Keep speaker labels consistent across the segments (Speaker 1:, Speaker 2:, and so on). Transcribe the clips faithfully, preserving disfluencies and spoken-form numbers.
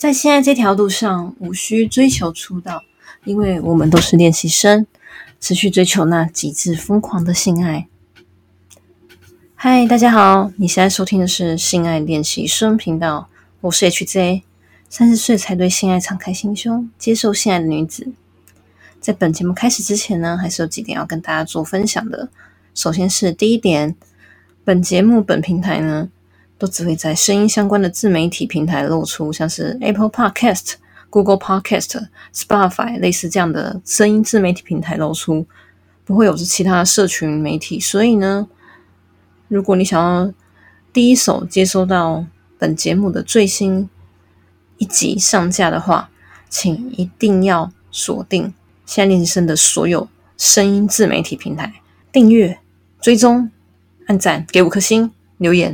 Speaker 1: 在现在这条路上，无需追求出道，因为我们都是练习生，持续追求那极致疯狂的性爱。嗨，大家好，你现在收听的是性爱练习生频道，我是 H J， 三十岁才对性爱敞开心胸，接受性爱的女子。在本节目开始之前呢，还是有几点要跟大家做分享的。首先是第一点，本节目本平台呢都只会在声音相关的自媒体平台露出，像是 Apple Podcast、Google Podcast、Spotify 类似这样的声音自媒体平台露出，不会有其他的社群媒体。所以呢，如果你想要第一手接收到本节目的最新一集上架的话，请一定要锁定现在练习生的所有声音自媒体平台，订阅、追踪、按赞、给五颗星、留言。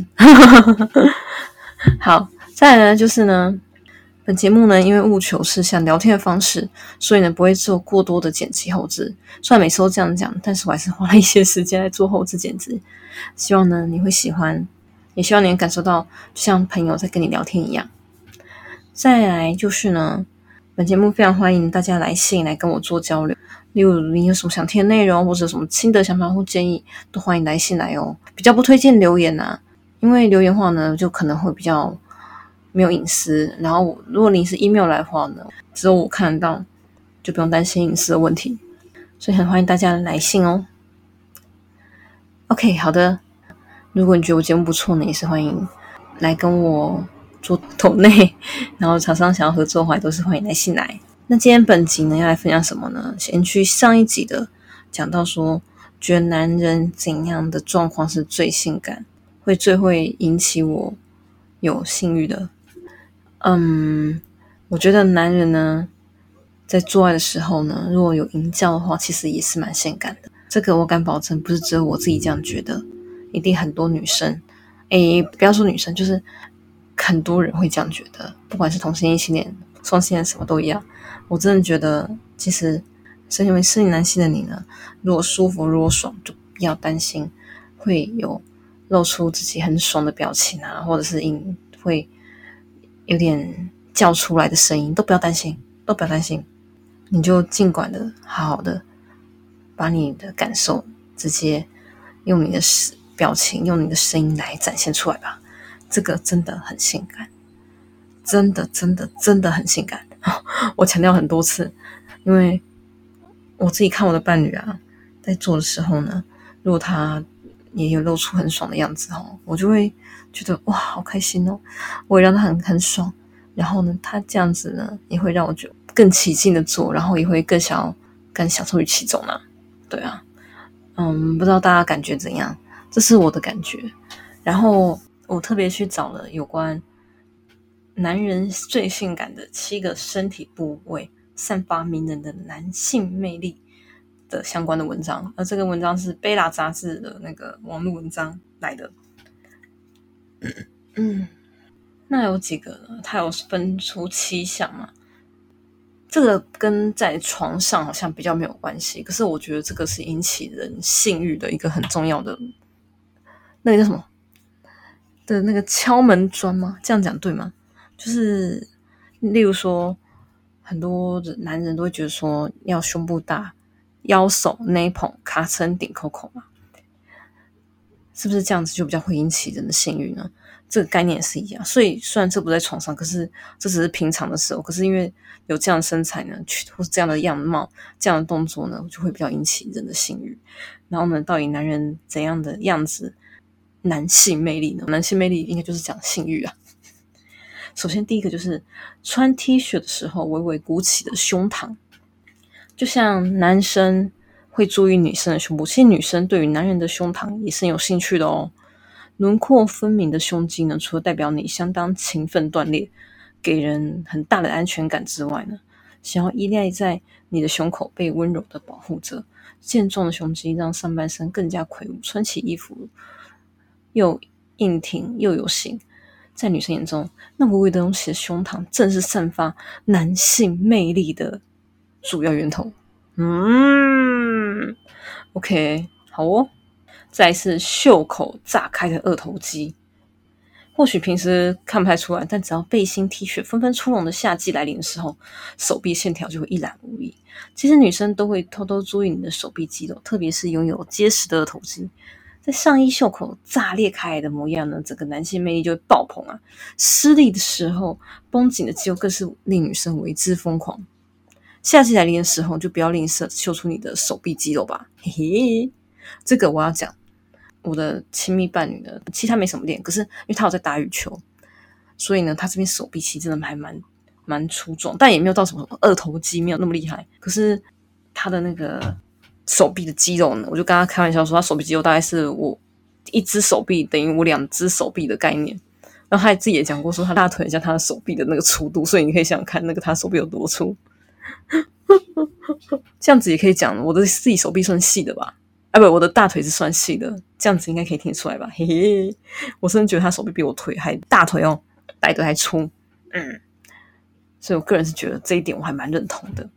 Speaker 1: 好，再来呢就是呢，本节目呢因为务求是像聊天的方式，所以呢不会做过多的剪辑后制。虽然每次都这样讲，但是我还是花了一些时间来做后制剪辑。希望呢你会喜欢，也希望你能感受到就像朋友在跟你聊天一样。再来就是呢，本节目非常欢迎大家来信来跟我做交流，例如你有什么想听的内容，或者有什么新的想法或建议，都欢迎来信来哦。比较不推荐留言啊，因为留言的话呢就可能会比较没有隐私，然后如果你是 email 来的话呢，只有我看得到，就不用担心隐私的问题，所以很欢迎大家来信哦。OK， 好的，如果你觉得我节目不错呢，也是欢迎来跟我做抖内，然后厂商想要合作的话，都是欢迎来信来。那今天本集呢要来分享什么呢？先去上一集的讲到说，觉得男人怎样的状况是最性感，会最会引起我有性欲的。嗯，我觉得男人呢在做爱的时候呢，如果有淫叫的话，其实也是蛮性感的。这个我敢保证，不是只有我自己这样觉得，一定很多女生，诶，不要说女生，就是很多人会这样觉得，不管是同性异性恋、双性恋，什么都一样。我真的觉得，其实身为生理男性的你呢，如果舒服、如果爽，就不要担心会有露出自己很爽的表情啊，或者是音会有点叫出来的声音，都不要担心，都不要担心，你就尽管的好好的把你的感受直接用你的表情、用你的声音来展现出来吧。这个真的很性感，真的真的真的很性感。我强调很多次，因为我自己看我的伴侣啊，在做的时候呢，如果他也有露出很爽的样子哦，我就会觉得哇，好开心哦，我也让他很很爽。然后呢，他这样子呢，也会让我觉得更起劲的做，然后也会更想要更享受于其中啊。对啊，嗯，不知道大家感觉怎样？这是我的感觉。然后我特别去找了有关男人最性感的七个身体部位散发迷人的男性魅力的相关的文章，而这个文章是贝拉杂志的那个网络文章来的。嗯嗯，那有几个呢？它有分出七项嘛？这个跟在床上好像比较没有关系，可是我觉得这个是引起人性欲的一个很重要的，那个叫什么的那个敲门砖吗？这样讲对吗？就是例如说，很多男人都会觉得说要胸部大、腰手、内捧、卡称、顶扣扣嘛，是不是这样子就比较会引起人的性欲呢？这个概念也是一样。所以虽然这不在床上，可是这只是平常的时候，可是因为有这样的身材呢，或是这样的样貌、这样的动作呢，就会比较引起人的性欲。然后呢，到底男人怎样的样子男性魅力呢？男性魅力应该就是讲性欲啊。首先第一个就是穿 T 恤的时候微微鼓起的胸膛，就像男生会注意女生的胸部，其实女生对于男人的胸膛也是有兴趣的哦。轮廓分明的胸肌呢，除了代表你相当勤奋锻炼，给人很大的安全感之外呢，想要依赖在你的胸口被温柔的保护着。健壮的胸肌让上半身更加魁梧，穿起衣服又硬挺又有型。在女生眼中，那微微的隆起的胸膛正是散发男性魅力的主要源头。嗯 OK 好哦。再来是袖口炸开的二头肌， 或许平时看不太出来，但只要背心 T 恤纷纷出笼的夏季来临的时候，手臂线条就会一览无遗。其实女生都会偷偷注意你的手臂肌肉，特别是拥有结实的二头肌。在上衣袖口炸裂开来的模样呢，整个男性魅力就会爆棚啊！施力的时候，绷紧的肌肉更是令女生为之疯狂。夏季来临的时候，就不要吝啬秀出你的手臂肌肉吧，嘿嘿。这个我要讲，我的亲密伴侣呢，其实他没什么练，可是因为他有在打羽球，所以呢，他这边手臂其实真的还蛮蛮粗壮，但也没有到什么二头肌，没有那么厉害。可是他的那个手臂的肌肉呢，我就跟他开玩笑说，他手臂肌肉大概是我一只手臂等于我两只手臂的概念。然后他自己也讲过说，他大腿像他的手臂的那个粗度，所以你可以想想看，那个他手臂有多粗。这样子也可以讲，我的自己手臂算细的吧？啊不，我的大腿是算细的，这样子应该可以听得出来吧？嘿嘿，我甚至觉得他手臂比我腿还大腿哦，摆的还粗。嗯，所以我个人是觉得这一点我还蛮认同的。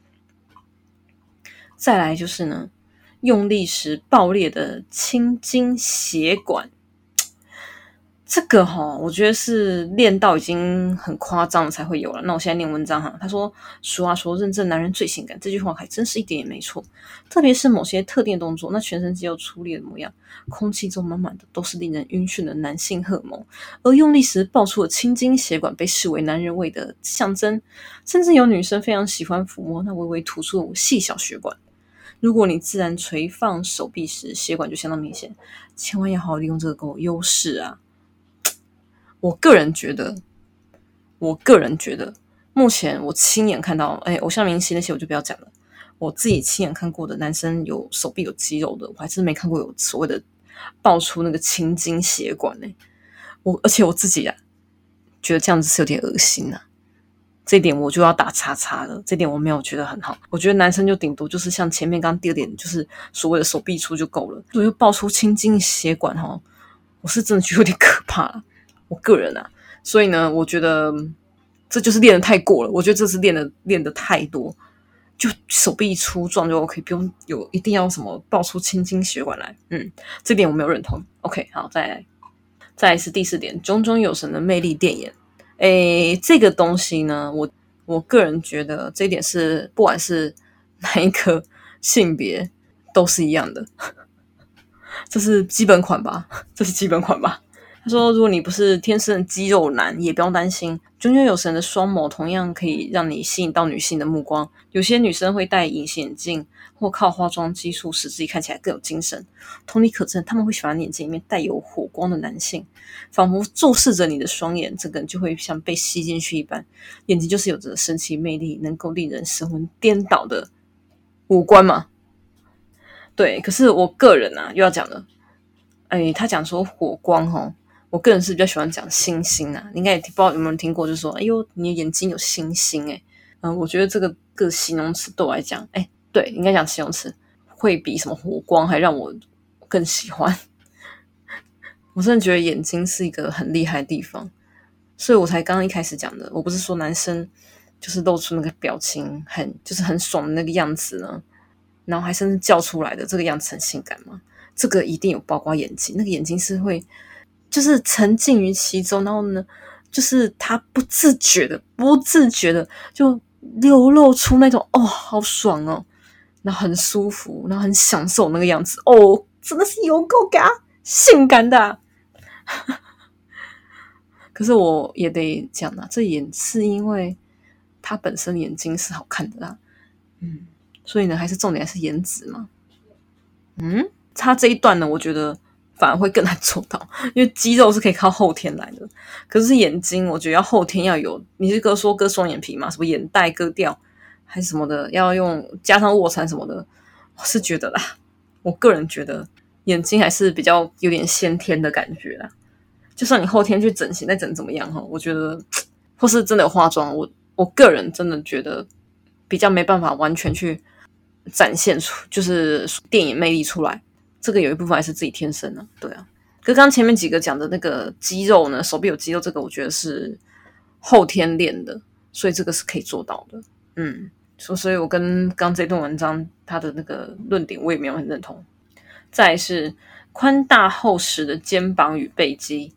Speaker 1: 再来就是呢，用力时爆裂的青筋血管，这个齁，我觉得是练到已经很夸张了才会有了。那我现在念文章哈，他说俗话说认证男人最性感，这句话还真是一点也没错。特别是某些特定动作，那全身肌肉出力的模样，空气中满满的都是令人晕眩的男性荷尔蒙。而用力时爆出的青筋血管被视为男人味的象征，甚至有女生非常喜欢抚摸那微微突出的细小血管。如果你自然垂放手臂时，血管就相当明显，千万要好好利用这个优势啊！我个人觉得，我个人觉得，目前我亲眼看到，哎，偶像明星那些我就不要讲了。我自己亲眼看过的男生有手臂有肌肉的，我还真没看过有所谓的爆出那个青筋血管呢。我而且我自己啊，觉得这样子是有点恶心啊。这一点我就要打叉叉了，这点我没有觉得很好。我觉得男生就顶多就是像前面刚刚第二点，就是所谓的手臂粗就够了。所以爆出青筋血管哈，我是真的觉得有点可怕了。我个人啊，所以呢，我觉得这就是练得太过了。我觉得这是练的练的太多，就手臂粗壮就 OK， 不用有一定要什么爆出青筋血管来。嗯，这点我没有认同。OK， 好，再来，再来是第四点，炯炯有神的魅力电眼。诶，这个东西呢，我我个人觉得这一点是不管是哪一个性别都是一样的，这是基本款吧？这是基本款吧？他说，如果你不是天生的肌肉男，也不用担心，炯炯有神的双眸同样可以让你吸引到女性的目光。有些女生会戴隐形眼镜，或靠化妆技术使自己看起来更有精神。同理可证，他们会喜欢眼睛里面带有火光的男性，仿佛注视着你的双眼，整个人就会像被吸进去一般。眼睛就是有着神奇魅力，能够令人神魂颠倒的五官嘛。对，可是我个人啊，又要讲了，哎，他讲说火光齁。我个人是比较喜欢讲星星啊，你应该也不知道有没有人听过，就是说，哎呦，你的眼睛有星星哎、欸，嗯，我觉得这个个形容词对我来讲，哎，对，应该讲形容词，会比什么火光还让我更喜欢。我真的觉得眼睛是一个很厉害的地方，所以我才刚刚一开始讲的，我不是说男生就是露出那个表情很就是很爽的那个样子呢，然后还甚至叫出来的这个样子很性感吗？这个一定有包括眼睛，那个眼睛是会。就是沉浸于其中，然后呢，就是他不自觉的、不自觉的就流露出那种哦，好爽哦，然后很舒服，然后很享受那个样子哦，真的是有够嘎性感的、啊。可是我也得讲啊，这也是因为他本身眼睛是好看的啦，嗯，所以呢，还是重点还是颜值嘛。嗯，他这一段呢，我觉得。反而会更难做到，因为肌肉是可以靠后天来的，可是眼睛我觉得要后天要有，你是割说割双眼皮嘛，什么眼袋割掉还是什么的，要用加上卧蚕什么的，我是觉得啦，我个人觉得眼睛还是比较有点先天的感觉啦，就算你后天去整形再整怎么样，我觉得或是真的有化妆，我我个人真的觉得比较没办法完全去展现出就是电影魅力出来。这个有一部分还是自己天生的、啊，对啊。可刚刚前面几个讲的那个肌肉呢，手臂有肌肉，这个我觉得是后天练的，所以这个是可以做到的。嗯，所以我跟刚这段文章他的那个论点我也没有很认同。再来是宽大厚实的肩膀与背肌，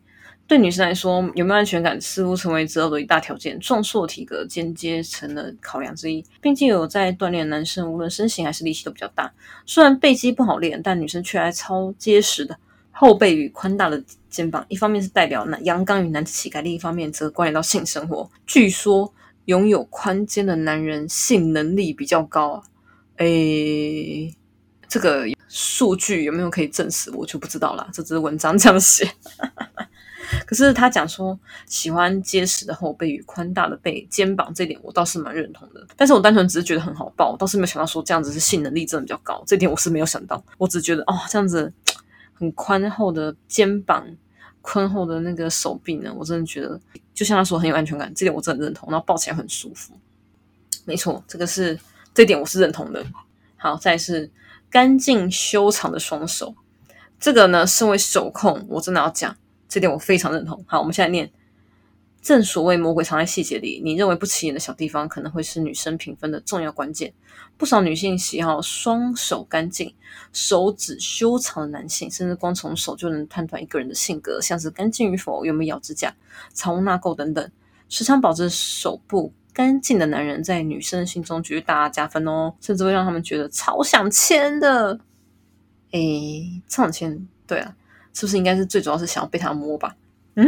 Speaker 1: 对女生来说，有没有安全感似乎成为择偶的一大条件，壮硕体格间接成了考量之一。毕竟有在锻炼的男生，无论身形还是力气都比较大。虽然背肌不好练，但女生却爱超结实的后背与宽大的肩膀。一方面是代表阳刚与男子气概，另一方面则关联到性生活。据说拥有宽肩的男人性能力比较高啊。诶，这个数据有没有可以证实，我就不知道啦，这只是文章这样写。可是他讲说喜欢结实的后背与宽大的背肩膀，这点我倒是蛮认同的。但是我单纯只是觉得很好抱，我倒是没有想到说这样子是性能力真的比较高，这点我是没有想到。我只觉得哦，这样子很宽厚的肩膀、宽厚的那个手臂呢，我真的觉得就像他说很有安全感，这点我真的认同。然后抱起来很舒服，没错，这个是这点我是认同的。好，再来是干净修长的双手，这个呢，身为手控，我真的要讲。这点我非常认同。好，我们现在念。正所谓魔鬼藏在细节里，你认为不起眼的小地方可能会是女生评分的重要关键。不少女性喜好双手干净、手指修长的男性，甚至光从手就能判断一个人的性格，像是干净与否、有没有咬指甲、藏污纳垢等等。时常保持手部干净的男人，在女生心中绝对大加分哦，甚至会让他们觉得超想牵的。诶，超想牵，对啊。是不是应该是最主要是想要被他摸吧？嗯，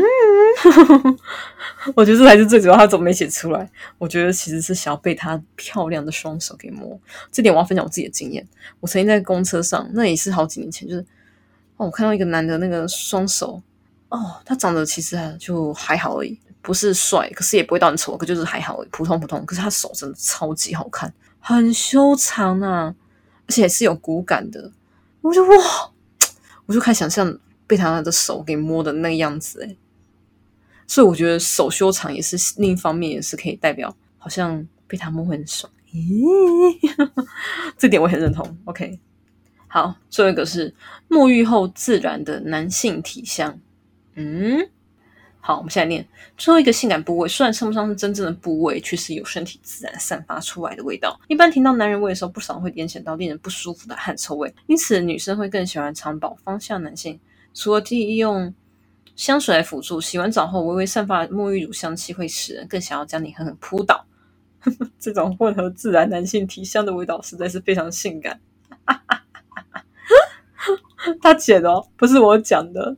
Speaker 1: 我觉得这才是最主要，他怎么没写出来？我觉得其实是想要被他漂亮的双手给摸。这点我要分享我自己的经验。我曾经在公车上，那也是好几年前，就是哦，我看到一个男的那个双手，哦，他长得其实就还好而已，不是帅，可是也不会到很丑，可就是还好而已，普通普通。可是他手真的超级好看，很修长啊，而且是有骨感的。我就哇，我就开始想象被他的手给摸的那个样子诶，所以我觉得手修长也是另一方面，也是可以代表好像被他摸会很爽。这点我很认同。 OK， 好，最后一个是沐浴后自然的男性体香。嗯，好，我们现在念最后一个性感部位，虽然称不上是真正的部位，却是由身体自然散发出来的味道。一般听到男人味的时候，不少会联想到令人不舒服的汗臭味，因此女生会更喜欢长保芳香男性。除了利用香水来辅助，洗完澡后微微散发的沐浴乳香气会使人更想要将你狠狠扑倒。这种混合自然男性体香的味道实在是非常性感。他写的哦，不是我讲的。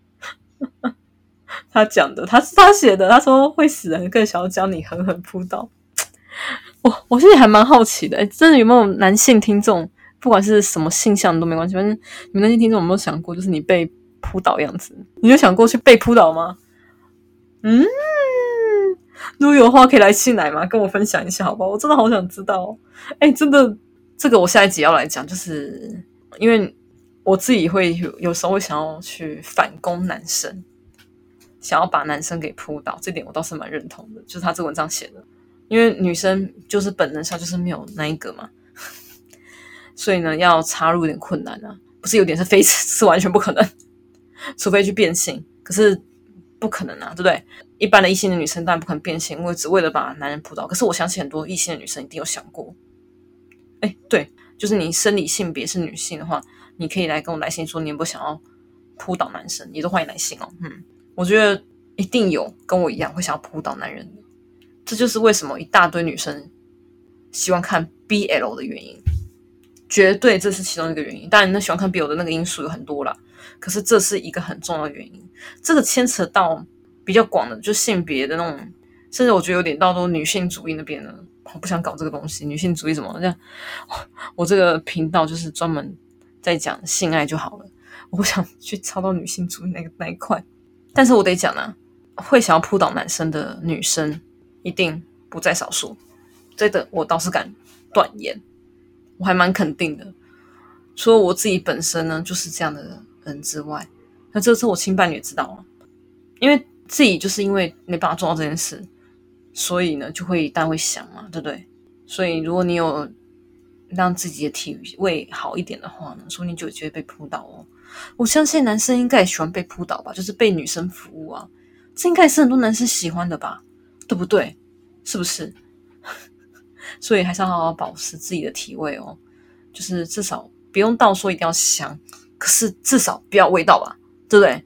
Speaker 1: 他讲的，他是他写的，他说会使人更想要将你狠狠扑倒。我我现在还蛮好奇的，真的有没有男性听众，不管是什么性向都没关系，反正你们男性听众有没有想过，就是你被扑倒样子，你有想过去被扑倒吗？嗯，如果有的话可以来信来吗？跟我分享一下好不好？我真的好想知道哦。哎，真的，这个我下一集要来讲，就是因为我自己会有有时候会想要去反攻男生，想要把男生给扑倒，这点我倒是蛮认同的，就是他这文章写的。因为女生就是本能上就是没有那一个嘛，所以呢要插入有点困难啊，不是有点是非是完全不可能，除非去变性，可是不可能啊，对不对？一般的异性的女生当然不可能变性，因为只为了把男人扑倒。可是我相信很多异性的女生一定有想过，哎，对，就是你生理性别是女性的话，你可以来跟我来信说你有没有想要扑倒男生，也都欢迎来信哦。嗯，我觉得一定有跟我一样会想要扑倒男人的，这就是为什么一大堆女生喜欢看 B L 的原因，绝对这是其中一个原因。当然，那喜欢看 B L 的那个因素有很多啦，可是这是一个很重要的原因。这个牵扯到比较广的，就性别的那种，甚至我觉得有点到都女性主义那边了。我不想搞这个东西，女性主义什么这样，我这个频道就是专门在讲性爱就好了，我不想去操到女性主义那个那一块。但是我得讲啊，会想要扑倒男生的女生一定不在少数，这个我倒是敢断言，我还蛮肯定的。除了我自己本身呢就是这样的人之外，那这次我亲伴侣也知道啊，因为自己就是因为没办法做到这件事，所以呢就会当然会想嘛，对不对？所以如果你有让自己的体位好一点的话呢，说不定就有机会被扑倒哦。我相信男生应该也喜欢被扑倒吧，就是被女生服务啊，这应该也是很多男生喜欢的吧，对不对？是不是？所以还是要好好保持自己的体味哦，就是至少不用到说一定要香，可是至少不要味道吧，对不对？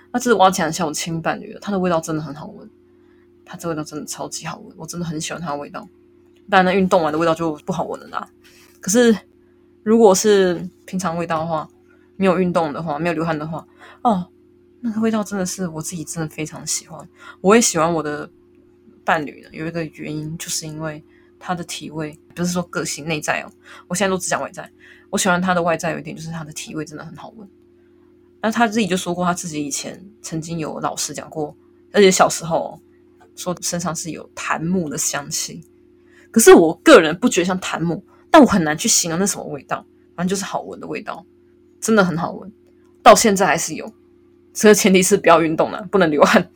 Speaker 1: 那这我要讲一下我亲伴侣了，它的味道真的很好闻，它这味道真的超级好闻，我真的很喜欢它的味道。当然运动完的味道就不好闻了啦。可是如果是平常味道的话，没有运动的话，没有流汗的话，哦，那个味道真的是我自己真的非常喜欢。我也喜欢我的伴侣呢，有一个原因就是因为他的体味，不是说个性内在哦，我现在都只讲外在。我喜欢他的外在有一点就是他的体味真的很好闻。那他自己就说过，他自己以前曾经有老师讲过，而且小时候、哦、说身上是有檀木的香气。可是我个人不觉得像檀木，但我很难去形容那什么味道，反正就是好闻的味道，真的很好闻，到现在还是有。这个前提是不要运动啦，不能流汗，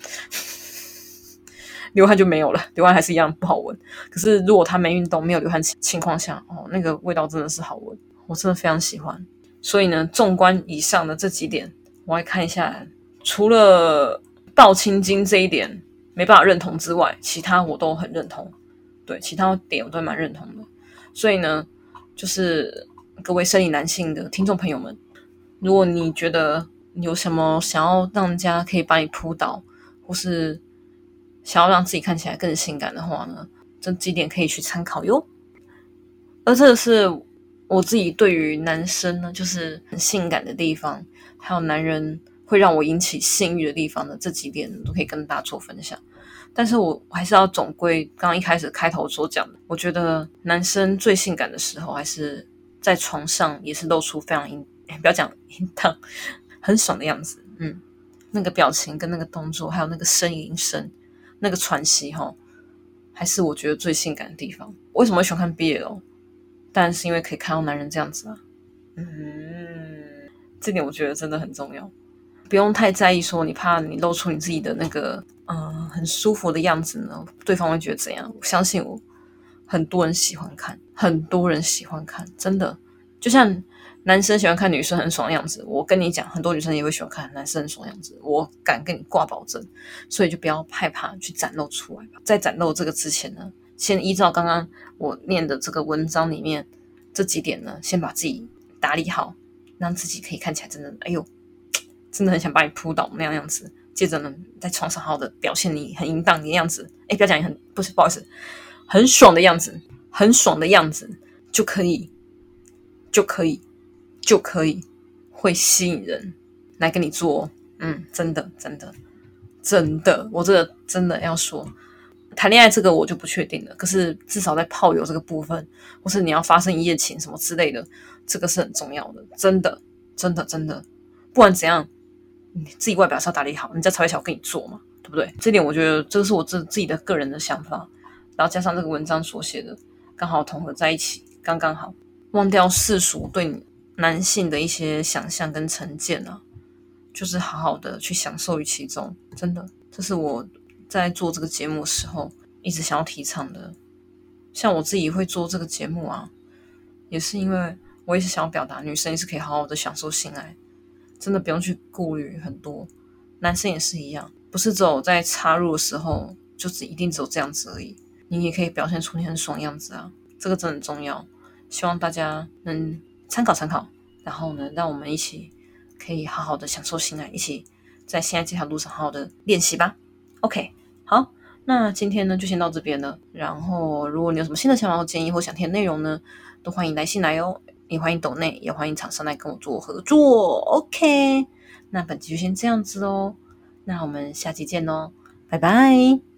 Speaker 1: 流汗就没有了，流汗还是一样不好闻。可是如果他没运动、没有流汗情况下，哦，那个味道真的是好闻，我真的非常喜欢。所以呢，纵观以上的这几点，我来看一下，除了抱青筋这一点没办法认同之外，其他我都很认同。对，其他点我都蛮认同的。所以呢，就是各位生理男性的听众朋友们，如果你觉得你有什么想要让人家可以把你扑倒，或是想要让自己看起来更性感的话呢，这几点可以去参考哟。而这是我自己对于男生呢，就是很性感的地方，还有男人会让我引起性欲的地方的这几点都可以跟大家做分享。但是我还是要总归刚刚一开始开头所讲的，我觉得男生最性感的时候还是在床上，也是露出非常淫，不要讲淫荡，很爽的样子。嗯，那个表情跟那个动作，还有那个呻吟声，那个喘息齁，还是我觉得最性感的地方。为什么会喜欢看 B L？ 当然是因为可以看到男人这样子啊。嗯，这点我觉得真的很重要，不用太在意说你怕你露出你自己的那个嗯很舒服的样子呢，对方会觉得怎样？我相信我，很多人喜欢看，很多人喜欢看，真的。就像男生喜欢看女生很爽的样子，我跟你讲，很多女生也会喜欢看男生很爽的样子，我敢跟你挂保证。所以就不要害怕去展露出来吧。在展露这个之前呢，先依照刚刚我念的这个文章里面这几点呢，先把自己打理好，让自己可以看起来真的，哎呦，真的很想把你扑倒那样样子。接着呢，在床上好好的表现你很淫荡的样子，哎，不要讲很，不是，不好意思，很爽的样子，很爽的样子就可以，就可以，就可以会吸引人来跟你做。嗯，真的，真的，真的，我这个真的要说，谈恋爱这个我就不确定了。可是至少在炮友这个部分，或是你要发生一夜情什么之类的，这个是很重要的，真的，真的，真的，不管怎样。你自己外表是要打理好，人家才会想跟你做嘛，对不对？这点我觉得这是我自自己的个人的想法，然后加上这个文章所写的，刚好统合在一起，刚刚好。忘掉世俗对男性的一些想象跟成见啊，就是好好的去享受于其中。真的，这是我在做这个节目的时候一直想要提倡的。像我自己会做这个节目啊，也是因为我也是想要表达，女生也是可以好好的享受性爱。真的不用去顾虑很多，男生也是一样，不是只有在插入的时候就只一定只有这样子而已，你也可以表现出你很爽的样子啊，这个真的很重要，希望大家能参考参考，然后呢，让我们一起可以好好的享受性爱，一起在性爱这条路上好好的练习吧。 OK， 好，那今天呢就先到这边了，然后如果你有什么新的想法或建议或想听的内容呢，都欢迎来信来哦，也欢迎抖内，也欢迎厂商来跟我做合作。 OK， 那本期就先这样子哦，那我们下期见咯，拜拜。